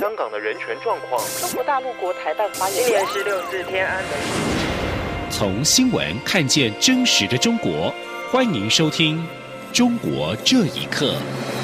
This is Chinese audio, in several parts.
香港的人权状况。 中国大陆国台办发言人， 今年是64天安门。 从新闻看见真实的中国，欢迎收听《中国这一刻》。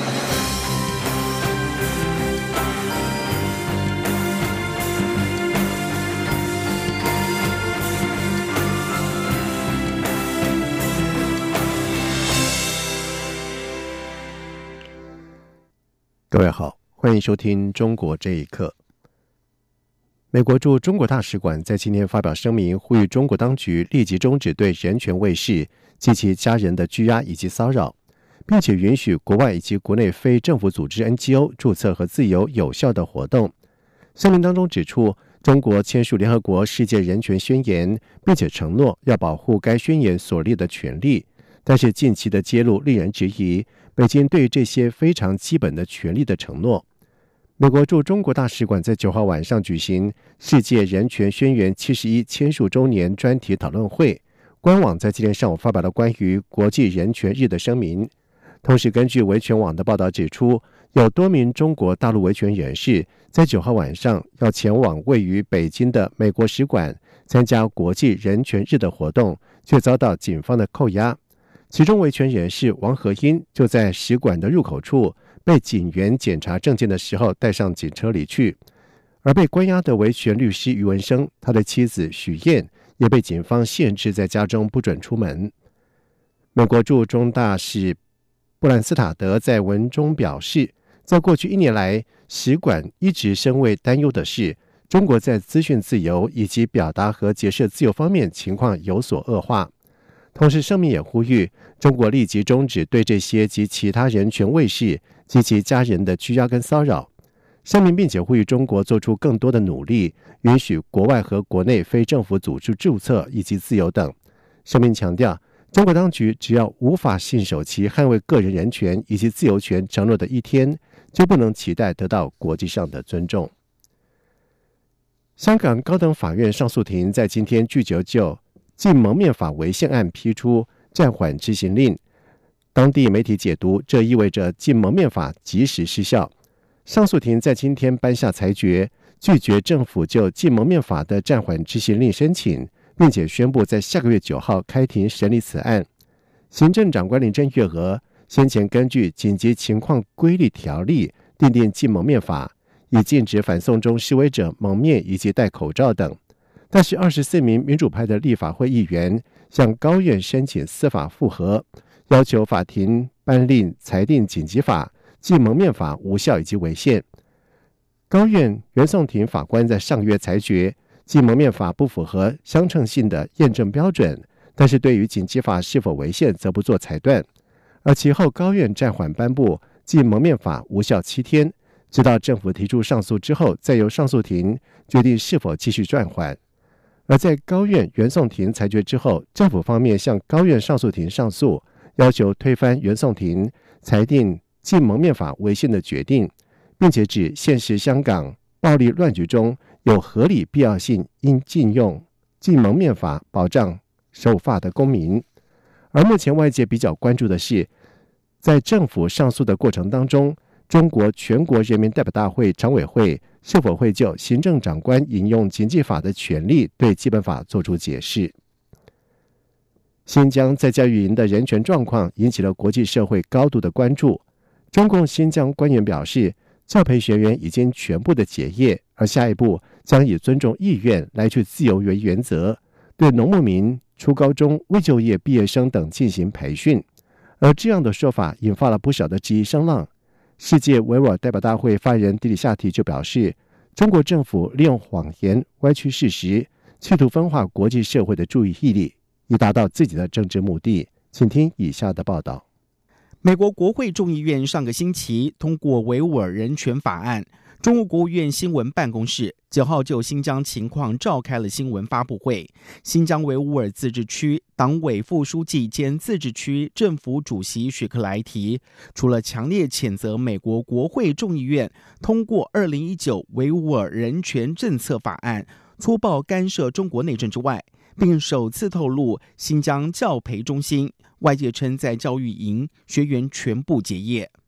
各位好，欢迎收听《中国这一刻》。美国驻中国大使馆在今天发表声明，呼吁中国当局立即终止对人权卫士及其家人的拘押以及骚扰，并且允许国外以及国内非政府组织 NGO 注册和自由有效的活动。声明当中指出，中国签署联合国世界人权宣言，并且承诺要保护该宣言所列的权利，但是近期的揭露令人质疑北京对这些非常基本的权利的承诺。美国驻中国大使馆在9号晚上举行世界人权宣言71签署周年专题讨论会，官网在今天上午发表了关于国际人权日的声明。同时根据维权网的报道指出，有多名中国大陆维权人士在9号晚上要前往位于北京的美国使馆参加国际人权日的活动，却遭到警方的扣押。其中维权人士王和英就在使馆的入口处被警员检查证件的时候带上警车离去，而被关押的维权律师余文生，他的妻子许燕也被警方限制在家中不准出门。美国驻中大使布兰斯塔德在文中表示，在过去1年来，使馆一直深为担忧的是，中国在资讯自由以及表达和结社自由方面情况有所恶化。同时声明也呼吁中国立即终止对这些及其他人权卫士及其家人的拘押跟骚扰。声明并且呼吁中国做出更多的努力，允许国外和国内非政府组织注册以及自由等。声明强调，中国当局只要无法信守其捍卫个人人权以及自由权承诺的一天，就不能期待得到国际上的尊重。香港高等法院上诉庭在今天拒绝就禁蒙面法违宪案批出暂缓执行令，当地媒体解读，这意味着禁蒙面法即时失效。上诉庭在今天颁下裁决，拒绝政府就禁蒙面法的暂缓执行令申请，并且宣布在下个月9号开庭审理此案。行政长官林郑月娥先前根据紧急情况规例条例订定禁蒙面法，以禁止反送中示威者蒙面以及戴口罩等。但是24名民主派的立法会议员向高院申请司法复核，要求法庭颁令裁定紧急法、禁蒙面法无效以及违宪。高院原讼庭法官在上个月裁决，禁蒙面法不符合相称性的验证标准，但是对于紧急法是否违宪则不做裁断。而其后高院暂缓颁布禁蒙面法无效7天，直到政府提出上诉之后，再由上诉庭决定是否继续暂缓。而在高院原讼庭裁决之后，政府方面向高院上诉庭上诉，要求推翻原讼庭裁定禁蒙面法违宪的决定，并且指现时香港暴力乱局中有合理必要性，应禁用禁蒙面法保障守法的公民。而目前外界比较关注的是，在政府上诉的过程当中，中国全国人民代表大会常委会是否会就行政长官引用经济法的权利对基本法做出解释。新疆在教育营的人权状况引起了国际社会高度的关注。中共新疆官员表示，教培学员已经全部的结业，而下一步将以尊重意愿来去自由为原则，对农牧民、初高中未就业毕业生等进行培训。而这样的说法引发了不少的质疑声浪。世界维吾尔代表大会发言人迪里夏提就表示，中国政府利用谎言歪曲事实，企图分化国际社会的注意力，以达到自己的政治目的。请听以下的报道。 美国国会众议院上个星期通过维吾尔人权法案，中国国务院新闻办公室9号就新疆情况召开了新闻发布会。新疆维吾尔自治区党委副书记兼自治区政府主席许克莱提，除了强烈谴责美国国会众议院通过2019维吾尔人权政策法案，粗暴干涉中国内政之外，并首次透露新疆教培中心，外界称在教育营学员全部结业。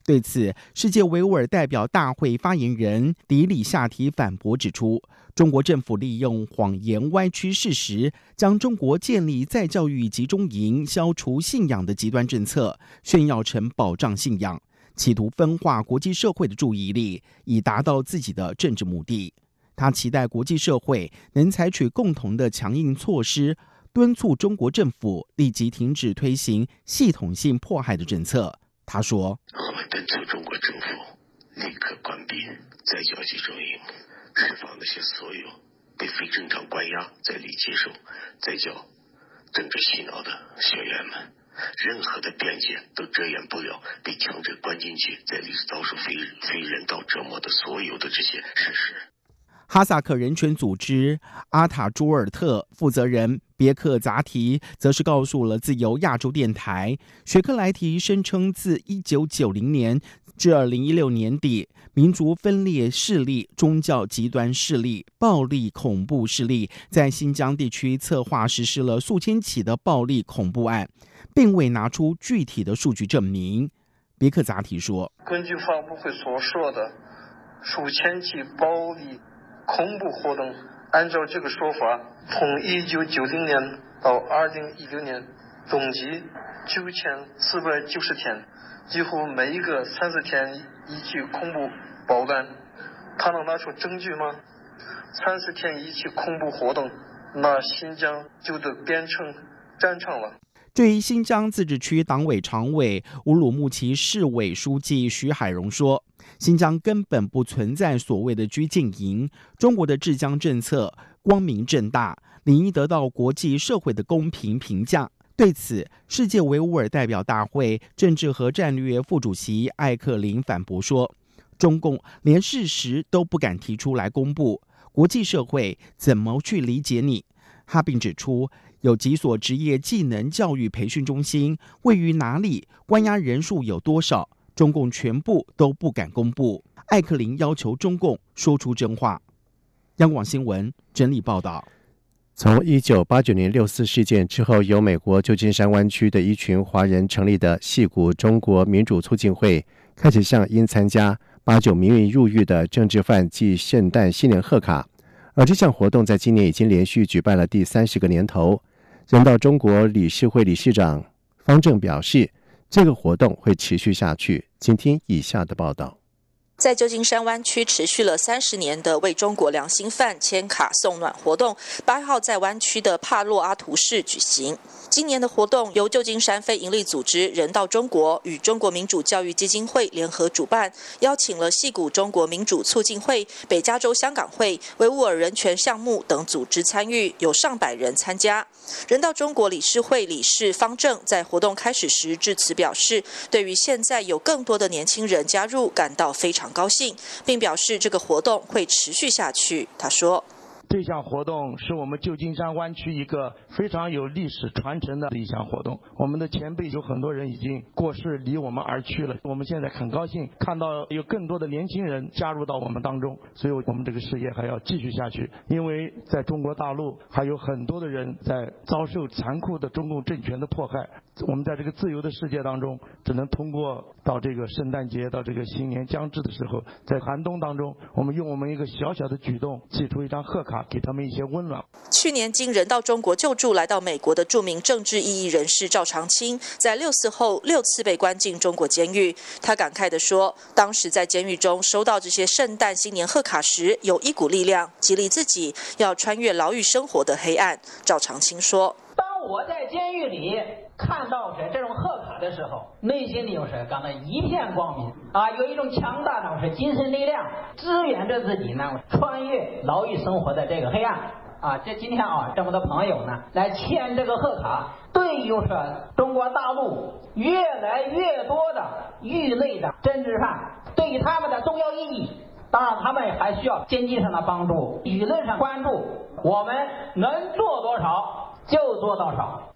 对此，世界维吾尔代表大会发言人迪里夏提反驳指出，中国政府利用谎言歪曲事实，将中国建立再教育集中营、消除信仰的极端政策炫耀成保障信仰，企图分化国际社会的注意力，以达到自己的政治目的。他期待国际社会能采取共同的强硬措施，敦促中国政府立即停止推行系统性迫害的政策。他说：“ 我们敦促中国政府立刻关闭再教集中营，释放那些所有被非正常关押、在里接受再教政治洗脑的学员们。任何的边界都遮掩不了被强制关进去、在里遭受非人道折磨的所有的这些事实。” 哈萨克人权组织阿塔朱尔特负责人别克扎提则是告诉了自由亚洲电台，雪克莱提声称自1990年至2016年底，民族分裂势力、宗教极端势力、暴力恐怖势力在新疆地区策划实施了数千起的暴力恐怖案，并未拿出具体的数据证明。别克扎提说， 根据发布会所说的数千起暴力恐怖活动，按照这个说法，从1990年到2016年，总计9490天，几乎每一个30天一起恐怖爆弹。他能拿出证据吗？30天一起恐怖活动，那新疆就得变成战场了。 对于新疆自治区党委常委乌鲁木齐市委书记徐海荣说，新疆根本不存在所谓的拘禁营，中国的治疆政策光明正大，理应得到国际社会的公平评价。对此，世界维吾尔代表大会政治和战略副主席艾克林反驳说，中共连事实都不敢提出来公布，国际社会怎么去理解你？他并指出，有几所职业技能教育培训中心位于哪里，关押人数有多少，中共全部都不敢公布。艾克林要求中共说出真话。央广新闻整理报道。 从1989年6四事件之后，由美国旧金山湾区的一群华人成立的矽谷中国民主促进会，开始向因参加89民运入狱的政治犯寄圣诞新年贺卡。而这项活动在今年已经连续举办了第30个年头。人道中国理事会理事长方正表示，这个活动会持续下去。请听以下的报道。 在旧金山湾区持续了30年的为中国良心犯签卡送暖活动，8号在湾区的帕洛阿图市举行。今年的活动由旧金山非营利组织人道中国与中国民主教育基金会联合主办，邀请了矽谷中国民主促进会、北加州香港会、维吾尔人权项目等组织参与，有上百人参加。人道中国理事会理事方正在活动开始时致辞表示，对于现在有更多的年轻人加入感到非常高兴，并表示这个活动会持续下去。他说， 这项活动是我们旧金山湾区一个非常有历史传承的一项活动。我们的前辈有很多人已经过世，离我们而去了。我们现在很高兴看到有更多的年轻人加入到我们当中，所以我们这个事业还要继续下去。因为在中国大陆还有很多的人在遭受残酷的中共政权的迫害。我们在这个自由的世界当中，只能通过到这个圣诞节，到这个新年将至的时候，在寒冬当中，我们用我们一个小小的举动寄出一张贺卡，给他们一些温暖。 去年经人道中国救助来到美国的著名政治异议人士赵长青，在6四后6次被关进中国监狱。他感慨地说，当时在监狱中收到这些圣诞新年贺卡时，有一股力量激励自己要穿越牢狱生活的黑暗。赵长青说， 当我在监狱里看到这种贺卡的时候，内心里感到一片光明啊，有一种强大的精神力量支援着自己呢，穿越牢狱生活的这个黑暗啊。这今天这么多朋友呢来签这个贺卡，对于中国大陆越来越多的狱内的政治犯，对于他们的重要意义。当然他们还需要经济上的帮助，舆论上关注，我们能做多少就做多少。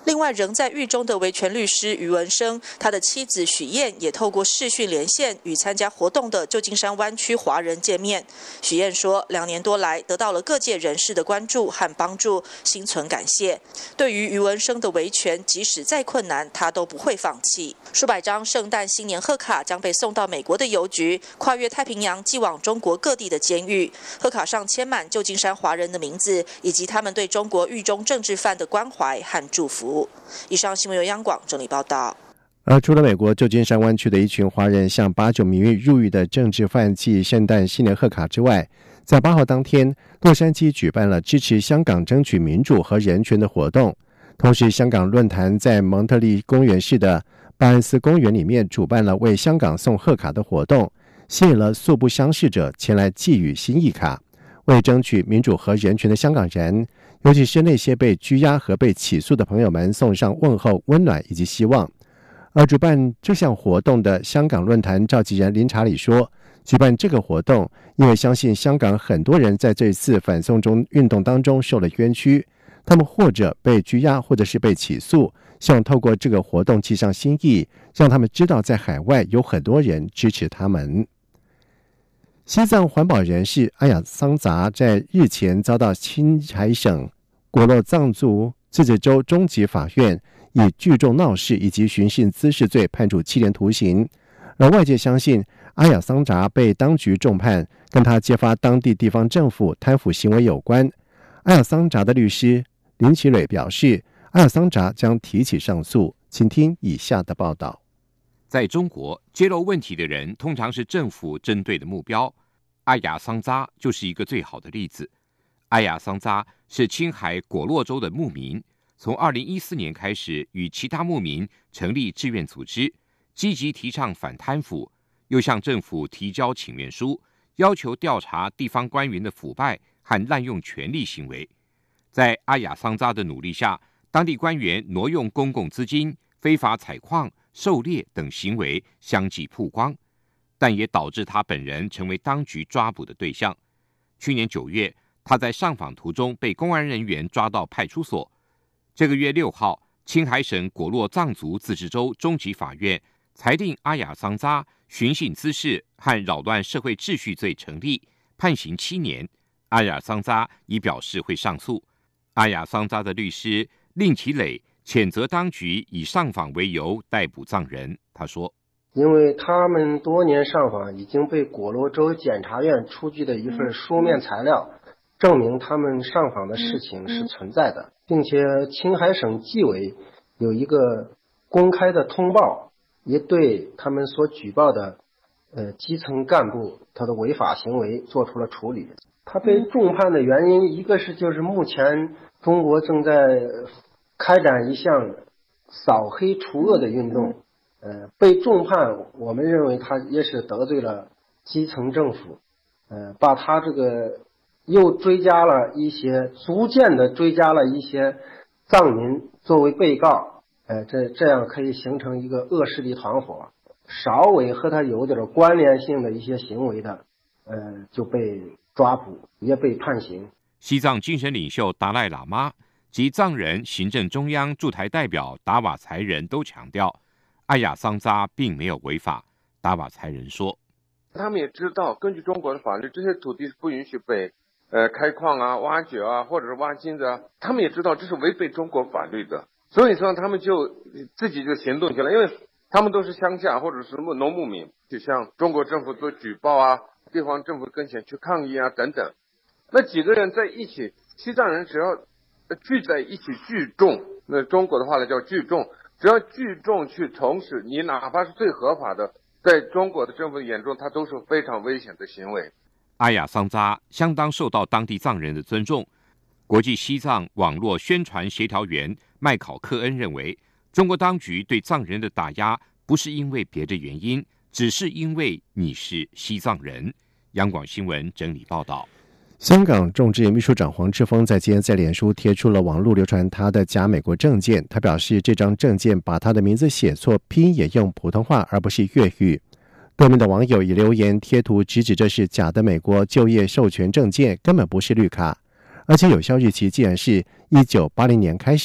另外，仍在狱中的维权律师余文生，他的妻子许燕也透过视讯连线与参加活动的旧金山湾区华人见面。许燕说，2年多来得到了各界人士的关注和帮助，心存感谢。对于余文生的维权，即使再困难，他都不会放弃。数百张圣诞新年贺卡将被送到美国的邮局，跨越太平洋寄往中国各地的监狱。贺卡上签满旧金山华人的名字，以及他们对中国狱中政治犯的关怀和祝福。以上新闻由央广整理报道。 而除了美国旧金山湾区的一群华人向8、9名入狱的政治犯寄圣诞新年贺卡之外，在8号当天，洛杉矶举办了支持香港争取民主和人权的活动。同时，香港论坛在蒙特利公园市的巴恩斯公园里面主办了为香港送贺卡的活动，吸引了素不相识者前来寄予心意卡，为争取民主和人权的香港人，尤其是那些被拘押和被起诉的朋友们送上问候、温暖以及希望。而主办这项活动的香港论坛召集人林查理说，举办这个活动因为相信香港很多人在这次反送中运动当中受了冤屈，他们或者被拘押或者是被起诉，希望透过这个活动寄上心意，让他们知道在海外有很多人支持他们。西藏环保人士阿雅桑扎在日前遭到青海省果洛藏族自治州中级法院以聚众闹事以及寻衅滋事罪判处7年徒刑，而外界相信阿雅桑扎被当局重判跟他揭发当地地方政府贪腐行为有关。阿雅桑扎的律师林奇磊表示，阿雅桑扎将提起上诉。请听以下的报道。 在中国，揭露问题的人通常是政府针对的目标，阿雅桑扎就是一个最好的例子。阿雅桑扎是青海果洛州的牧民，从2014年开始与其他牧民成立志愿组织，积极提倡反贪腐，又向政府提交请愿书，要求调查地方官员的腐败和滥用权力行为。在阿雅桑扎的努力下，当地官员挪用公共资金、非法采矿、狩猎等行为相继曝光，但也导致他本人成为当局抓捕的对象。去年9月，他在上访途中被公安人员抓到派出所。这个月6号，青海省果洛藏族自治州中级法院裁定阿雅桑扎寻衅滋事和扰乱社会秩序罪成立，判刑7年。阿雅桑扎已表示会上诉。阿雅桑扎的律师令其磊谴责当局以上访为由逮捕藏人。他说， 因为他们多年上访已经被果洛州检察院出具的一份书面材料证明他们上访的事情是存在的，并且青海省纪委有一个公开的通报，也对他们所举报的基层干部他的违法行为做出了处理。他被重判的原因，一个是就是目前中国正在开展一项扫黑除恶的运动，被重判，我们认为他也是得罪了基层政府，把他这个又逐渐的追加了一些藏民作为被告，这样可以形成一个恶势力团伙，稍微和他有点关联性的一些行为的，就被抓捕，也被判刑。 西藏精神领袖达赖喇嘛及藏人行政中央驻台代表达瓦才仁都强调，阿雅桑扎并没有违法。达瓦才仁说， 他们也知道，根据中国的法律，这些土地是不允许被开矿啊、挖掘啊，或者是挖金子啊，他们也知道这是违背中国法律的，所以说他们就自己就行动起来，因为他们都是乡下或者是农牧民，就向中国政府做举报啊，地方政府跟前去抗议啊等等。那几个人在一起，西藏人只要聚在一起聚众，那中国的话呢叫聚众，只要聚众去从事，你哪怕是最合法的，在中国的政府眼中，它都是非常危险的行为。 阿雅桑扎相当受到当地藏人的尊重。国际西藏网络宣传协调员麦考克恩认为，中国当局对藏人的打压不是因为别的原因，只是因为你是西藏人。央广新闻整理报道。 香港众志秘书长黄之锋在今天在脸书贴出了网络流传他的假美国证件，他表示这张证件把他的名字写错，拼也用普通话而不是粤语。多名的网友以留言贴图直指这是假的美国就业授权证件，根本不是绿卡，而且有效日期竟然是1980年开始，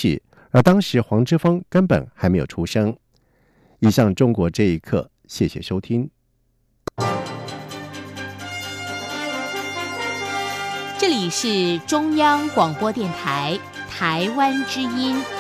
而当时黄之锋根本还没有出生。以上中国这一刻，谢谢收听。 这里是中央广播电台台湾之音。